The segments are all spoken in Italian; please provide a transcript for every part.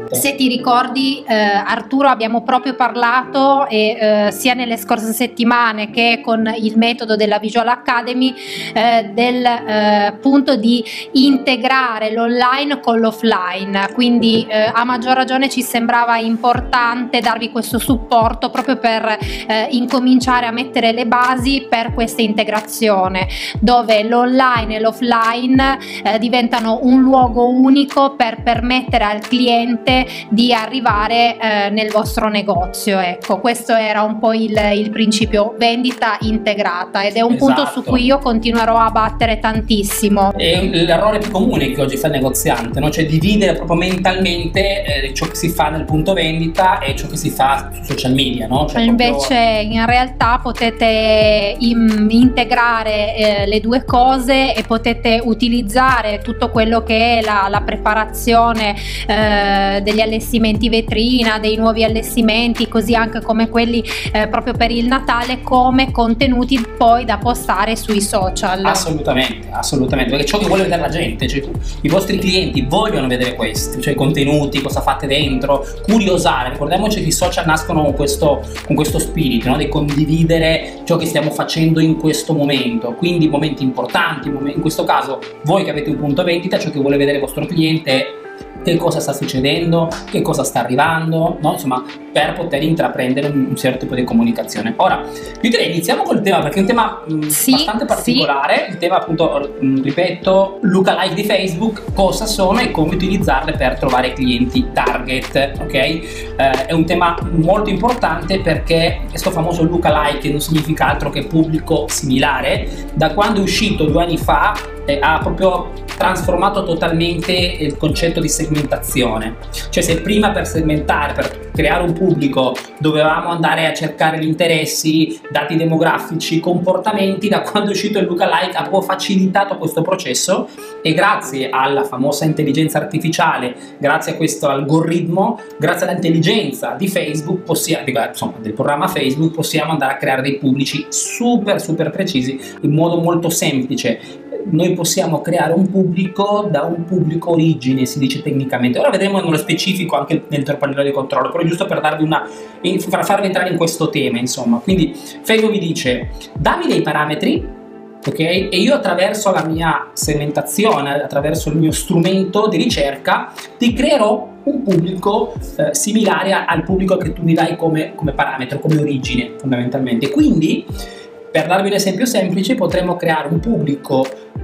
Se ti ricordi, Arturo, abbiamo proprio parlato sia nelle scorse settimane che con il metodo della Visual Academy del punto di integrare l'online con l'offline, quindi a maggior ragione ci sembrava importante darvi questo supporto proprio per incominciare a mettere le basi per questa integrazione, dove l'online e l'offline diventano un luogo unico per permettere al cliente di arrivare nel vostro negozio. Ecco, questo era un po' il principio vendita integrata, ed è un punto su cui io continuerò a battere tantissimo. È l'errore più comune che oggi fa il negoziante, no? Cioè dividere proprio mentalmente ciò che si fa nel punto vendita e ciò che si fa su social media, no? Cioè invece in realtà potete integrare le due cose e potete utilizzare tutto quello che è la preparazione degli allestimenti vetrina, dei nuovi allestimenti, così anche come quelli proprio per il Natale, come contenuti poi da postare sui social. Assolutamente, assolutamente, perché ciò che vuole vedere la gente, cioè i vostri clienti vogliono vedere questo, cioè i contenuti, cosa fate dentro, curiosare. Ricordiamoci che i social nascono con questo spirito, no? Di condividere ciò che stiamo facendo in questo momento, quindi momenti importanti, in questo caso voi che avete un punto vendita, ciò che vuole vedere il vostro cliente è che cosa sta succedendo, che cosa sta arrivando, no? Insomma, per poter intraprendere un certo tipo di comunicazione. Ora, io direi iniziamo col tema, perché è un tema bastante particolare. Il tema, appunto, ripeto, lookalike di Facebook, cosa sono e come utilizzarle per trovare clienti target, ok? È un tema molto importante, perché questo famoso lookalike non significa altro che pubblico similare. Da quando è uscito 2 anni fa ha proprio trasformato totalmente il concetto di segmentazione. Cioè, se prima per segmentare, per creare un pubblico, dovevamo andare a cercare gli interessi, dati demografici, comportamenti, da quando è uscito il lookalike ha proprio facilitato questo processo, e grazie alla famosa intelligenza artificiale, grazie a questo algoritmo, grazie all'intelligenza di Facebook, del programma Facebook, possiamo andare a creare dei pubblici super precisi in modo molto semplice. Noi possiamo creare un pubblico da un pubblico origine, si dice tecnicamente. Ora vedremo nello specifico anche nel pannello di controllo, però giusto per darvi per farvi entrare in questo tema, insomma. Quindi Facebook mi dice: dammi dei parametri, ok? E io attraverso la mia segmentazione, attraverso il mio strumento di ricerca, ti creerò un pubblico similare al pubblico che tu mi dai come parametro, come origine, fondamentalmente. Quindi, per darvi un esempio semplice, potremmo creare un pubblico,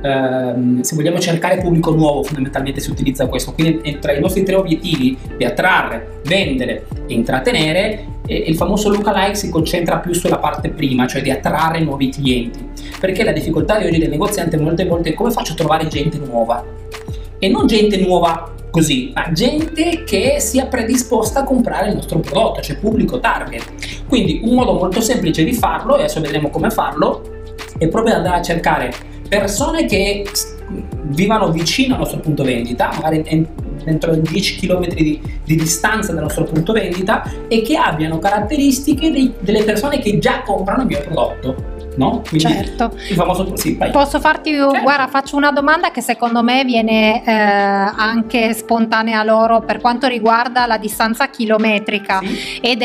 se vogliamo cercare pubblico nuovo, fondamentalmente si utilizza questo. Quindi tra i nostri 3 obiettivi di attrarre, vendere e intrattenere, il famoso lookalike si concentra più sulla parte prima, cioè di attrarre nuovi clienti, perché la difficoltà di oggi del negoziante molte volte è: come faccio a trovare gente nuova? E non gente nuova così, ma gente che sia predisposta a comprare il nostro prodotto, cioè pubblico target. Quindi un modo molto semplice di farlo, e adesso vedremo come farlo, è proprio andare a cercare persone che vivano vicino al nostro punto vendita, magari dentro 10 km di distanza dal nostro punto vendita, e che abbiano caratteristiche delle persone che già comprano il mio prodotto. No? Quindi certo. Il famoso, sì, vai. Posso farti, certo. Guarda, faccio una domanda che secondo me viene anche spontanea loro per quanto riguarda la distanza chilometrica, sì. Ed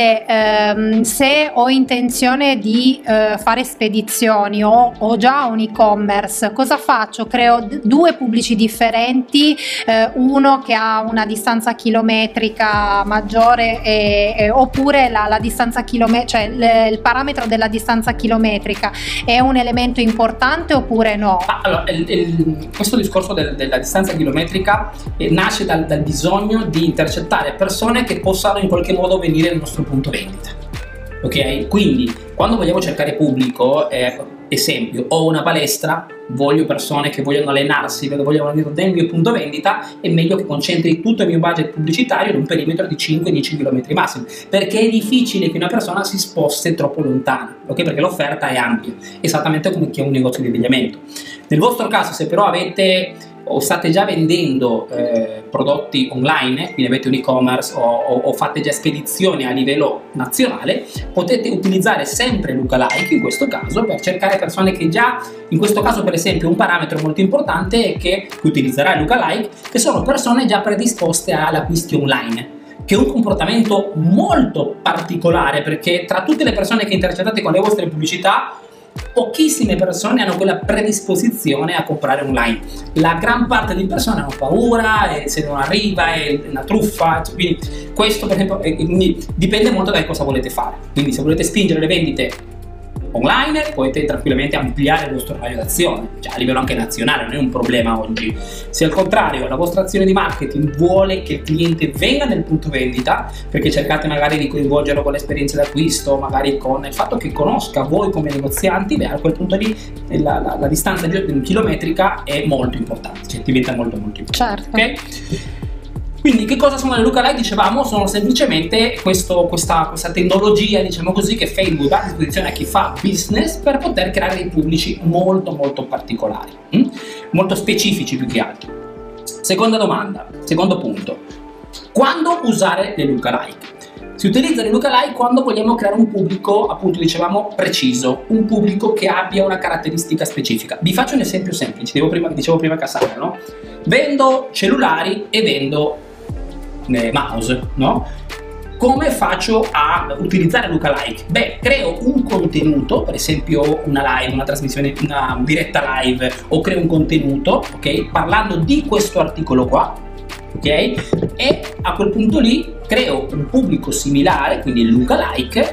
è se ho intenzione di fare spedizioni o ho già un e-commerce, cosa faccio? Creo 2 pubblici differenti, uno che ha una distanza chilometrica maggiore oppure la distanza chilometrica, cioè il parametro della distanza chilometrica è un elemento importante oppure no? Allora, questo discorso della distanza chilometrica nasce dal bisogno di intercettare persone che possano in qualche modo venire nel nostro punto vendita. Ok? Quindi quando vogliamo cercare pubblico, esempio, ho una palestra, voglio persone che vogliono allenarsi, vogliono venire nel mio punto vendita, è meglio che concentri tutto il mio budget pubblicitario in un perimetro di 5-10 km massimo, perché è difficile che una persona si sposti troppo lontana, ok? Perché l'offerta è ampia, esattamente come chi ha un negozio di abbigliamento. Nel vostro caso, se però avete o state già vendendo prodotti online, quindi avete un e-commerce o fate già spedizioni a livello nazionale, potete utilizzare sempre lookalike in questo caso per cercare persone che già, in questo caso per esempio un parametro molto importante è che utilizzerà lookalike, che sono persone già predisposte all'acquisti online. che è un comportamento molto particolare, perché tra tutte le persone che intercettate con le vostre pubblicità, pochissime persone hanno quella predisposizione a comprare online. La gran parte di persone hanno paura, e se non arriva è una truffa, quindi questo per esempio quindi dipende molto da cosa volete fare. Quindi se volete spingere le vendite online potete tranquillamente ampliare il vostro raggio d'azione, cioè a livello anche nazionale, non è un problema oggi. Se al contrario la vostra azione di marketing vuole che il cliente venga nel punto vendita, perché cercate magari di coinvolgerlo con l'esperienza d'acquisto, magari con il fatto che conosca voi come negozianti, beh, a quel punto lì la distanza chilometrica è molto importante, cioè diventa molto importante. Certo. Okay? Quindi che cosa sono le lookalike? Dicevamo, sono semplicemente questa tecnologia, diciamo così, che Facebook dà a disposizione a chi fa business per poter creare dei pubblici molto particolari, molto specifici più che altro. Seconda domanda, secondo punto, quando usare le lookalike? Si utilizza le lookalike quando vogliamo creare un pubblico, appunto dicevamo, preciso, un pubblico che abbia una caratteristica specifica. Vi faccio un esempio semplice, dicevo prima Cassandra, no? Vendo cellulari e vendo mouse, no? Come faccio a utilizzare lookalike? Beh, creo un contenuto, per esempio una live, una trasmissione, una diretta live, o creo un contenuto, ok? Parlando di questo articolo qua, ok? E a quel punto lì creo un pubblico similare, quindi lookalike,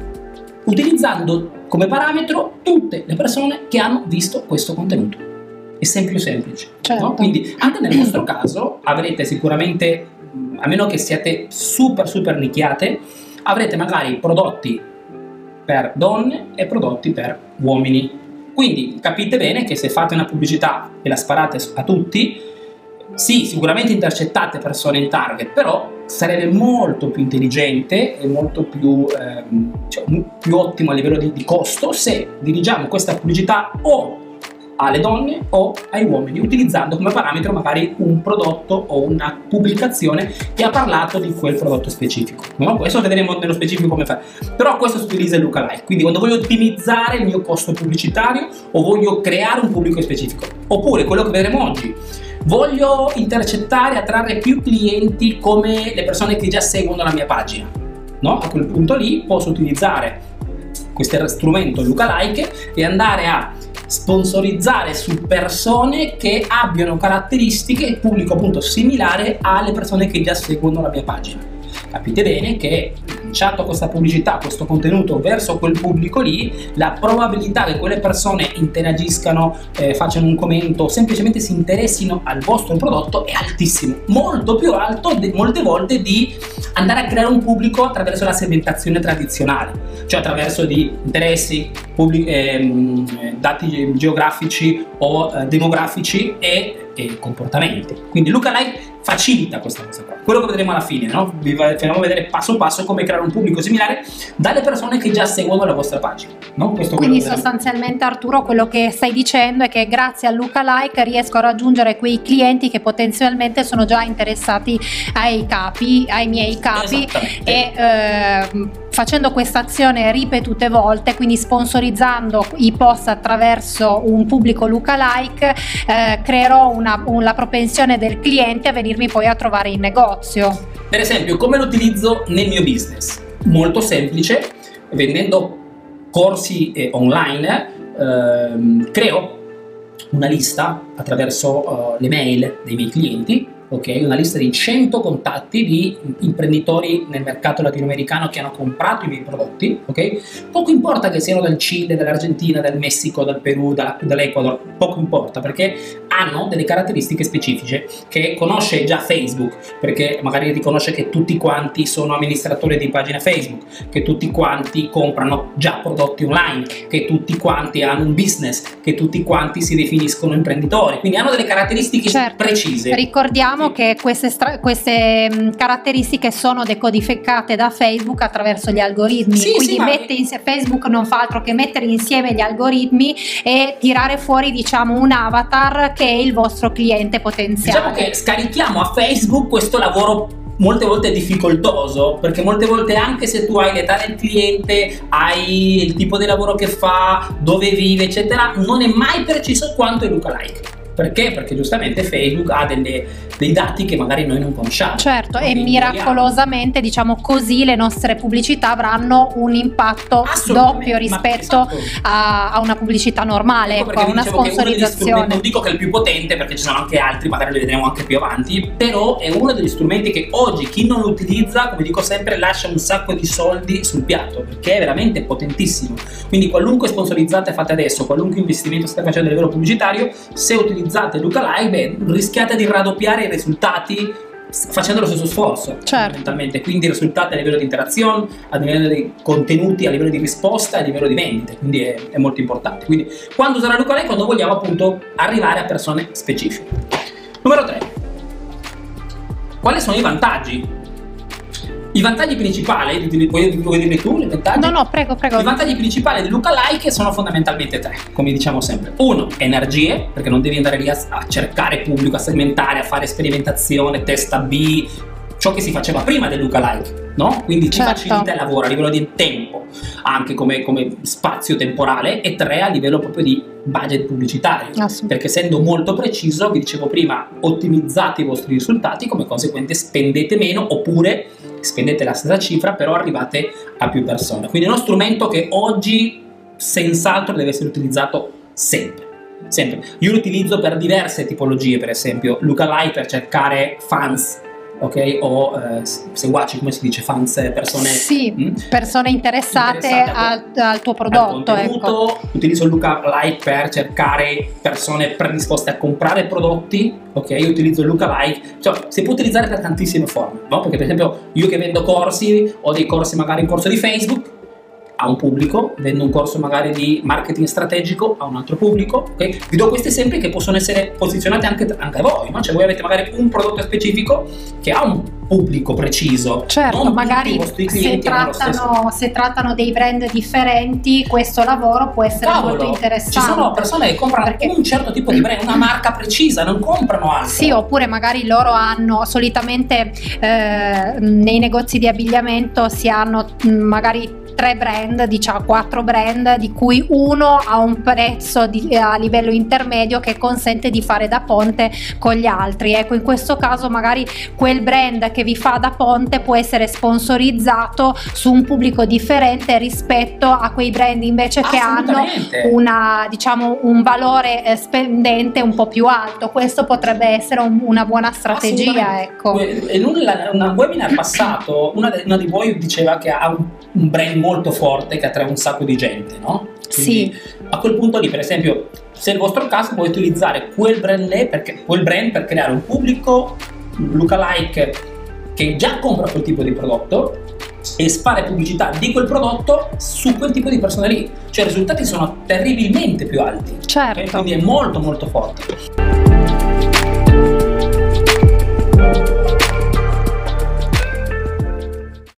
utilizzando come parametro tutte le persone che hanno visto questo contenuto. È semplice, certo. No? Quindi anche nel vostro caso avrete sicuramente, a meno che siate super nicchiate, avrete magari prodotti per donne e prodotti per uomini. Quindi capite bene che se fate una pubblicità e la sparate a tutti, sì, sicuramente intercettate persone in target, però sarebbe molto più intelligente e molto più ottimo a livello di costo se dirigiamo questa pubblicità o alle donne o ai uomini, utilizzando come parametro magari un prodotto o una pubblicazione che ha parlato di quel prodotto specifico, no? Questo vedremo nello specifico come fare, però questo si utilizza il lookalike. Quindi quando voglio ottimizzare il mio costo pubblicitario o voglio creare un pubblico specifico, oppure quello che vedremo oggi, voglio intercettare e attrarre più clienti come le persone che già seguono la mia pagina, no? A quel punto lì posso utilizzare questo strumento lookalike e andare a sponsorizzare su persone che abbiano caratteristiche e pubblico appunto similare alle persone che già seguono la mia pagina. Capite bene che lanciato questa pubblicità, questo contenuto verso quel pubblico lì, la probabilità che quelle persone interagiscano, facciano un commento, semplicemente si interessino al vostro prodotto è altissimo, molto più alto molte volte di andare a creare un pubblico attraverso la segmentazione tradizionale, cioè attraverso di interessi, dati geografici o demografici e comportamenti. Quindi lookalike facilita questa cosa qua. Quello che vedremo alla fine, no? Vi faremo vedere passo passo come creare un pubblico similare dalle persone che già seguono la vostra pagina, no? Quindi sostanzialmente, Arturo, quello che stai dicendo è che grazie al lookalike riesco a raggiungere quei clienti che potenzialmente sono già interessati ai miei capi, e facendo questa azione ripetute volte, quindi sponsorizzando i post attraverso un pubblico lookalike, creerò la propensione del cliente a venirmi poi a trovare in negozio. Per esempio, come lo utilizzo nel mio business? Molto semplice, vendendo corsi online, creo una lista attraverso le mail dei miei clienti, ok? Una lista di 100 contatti di imprenditori nel mercato latinoamericano che hanno comprato i miei prodotti, ok? Poco importa che siano dal Cile, dall'Argentina, dal Messico, dal Perù, dall'Ecuador, poco importa, perché hanno delle caratteristiche specifiche che conosce già Facebook, perché magari riconosce che tutti quanti sono amministratori di pagina Facebook, che tutti quanti comprano già prodotti online, che tutti quanti hanno un business, che tutti quanti si definiscono imprenditori, quindi hanno delle caratteristiche precise. Ricordiamo che queste caratteristiche sono decodificate da Facebook attraverso gli algoritmi, quindi Facebook non fa altro che mettere insieme gli algoritmi e tirare fuori, diciamo, un avatar che è il vostro cliente potenziale. Diciamo che scarichiamo a Facebook questo lavoro molte volte difficoltoso, perché molte volte anche se tu hai l'età del cliente, hai il tipo di lavoro che fa, dove vive eccetera, non è mai preciso quanto è lookalike. Perché? Perché giustamente Facebook ha dei dati che magari noi non conosciamo. Certo, e miracolosamente, diciamo così, le nostre pubblicità avranno un impatto doppio rispetto a una pubblicità normale, ecco, a una sponsorizzazione. Non dico che è il più potente, perché ci sono anche altri, magari li vedremo anche più avanti, però è uno degli strumenti che oggi chi non lo utilizza, come dico sempre, lascia un sacco di soldi sul piatto, perché è veramente potentissimo. Quindi qualunque sponsorizzate fate adesso, qualunque investimento state facendo a livello pubblicitario, se utilizzate Lookalike, rischiate di raddoppiare i risultati facendo lo stesso sforzo, fondamentalmente. Quindi risultati a livello di interazione, a livello di contenuti, a livello di risposta, a livello di vendite, quindi è molto importante. Quindi quando usare Lookalike? Quando vogliamo appunto arrivare a persone specifiche. Numero 3. Quali sono i vantaggi? I vantaggi principali, vuoi dirli tu? I vantaggi? No, prego. I vantaggi principali di Lookalike sono fondamentalmente 3, come diciamo sempre. 1, energie, perché non devi andare lì a cercare pubblico, a segmentare, a fare sperimentazione, test A/B, ciò che si faceva prima del Lookalike, no? Quindi ci facilita il lavoro a livello di tempo, anche come spazio temporale, e 3, a livello proprio di budget pubblicitario, perché essendo molto preciso, vi dicevo prima, ottimizzate i vostri risultati, come conseguente spendete meno, oppure spendete la stessa cifra, però arrivate a più persone. Quindi è uno strumento che oggi senz'altro deve essere utilizzato sempre. Io lo utilizzo per diverse tipologie, per esempio Lookalike per cercare fans, ok? O seguaci, come si dice, fans, persone, persone interessate al tuo prodotto, ecco. Utilizzo Lookalike per cercare persone predisposte a comprare prodotti, ok? Io utilizzo Lookalike, cioè si può utilizzare per tantissime forme, no? Perché per esempio io che vendo corsi, ho dei corsi, magari un corso di Facebook a un pubblico, vendo un corso magari di marketing strategico a un altro pubblico, ok? Vi do questi esempi che possono essere posizionati anche a voi, no? Cioè voi avete magari un prodotto specifico che ha un pubblico preciso. Certo, magari i vostri clienti se trattano dei brand differenti, questo lavoro può essere molto interessante. Ci sono persone che comprano un certo tipo di brand, una marca precisa, non comprano altro. Sì, oppure magari loro hanno solitamente nei negozi di abbigliamento si hanno magari 3 brand, diciamo 4 brand, di cui uno ha un prezzo a livello intermedio che consente di fare da ponte con gli altri. Ecco, in questo caso magari quel brand che vi fa da ponte può essere sponsorizzato su un pubblico differente rispetto a quei brand invece che hanno un valore spendente un po' più alto. Questo potrebbe essere una buona strategia, ecco. In un webinar passato una di voi diceva che ha un brand molto forte che attrae un sacco di gente, no? Quindi, a quel punto lì, per esempio, se è il vostro caso, puoi utilizzare quel brand per creare un pubblico Lookalike che già compra quel tipo di prodotto e fare pubblicità di quel prodotto su quel tipo di persone lì. Cioè i risultati sono terribilmente più alti. Certo. Quindi è molto molto forte.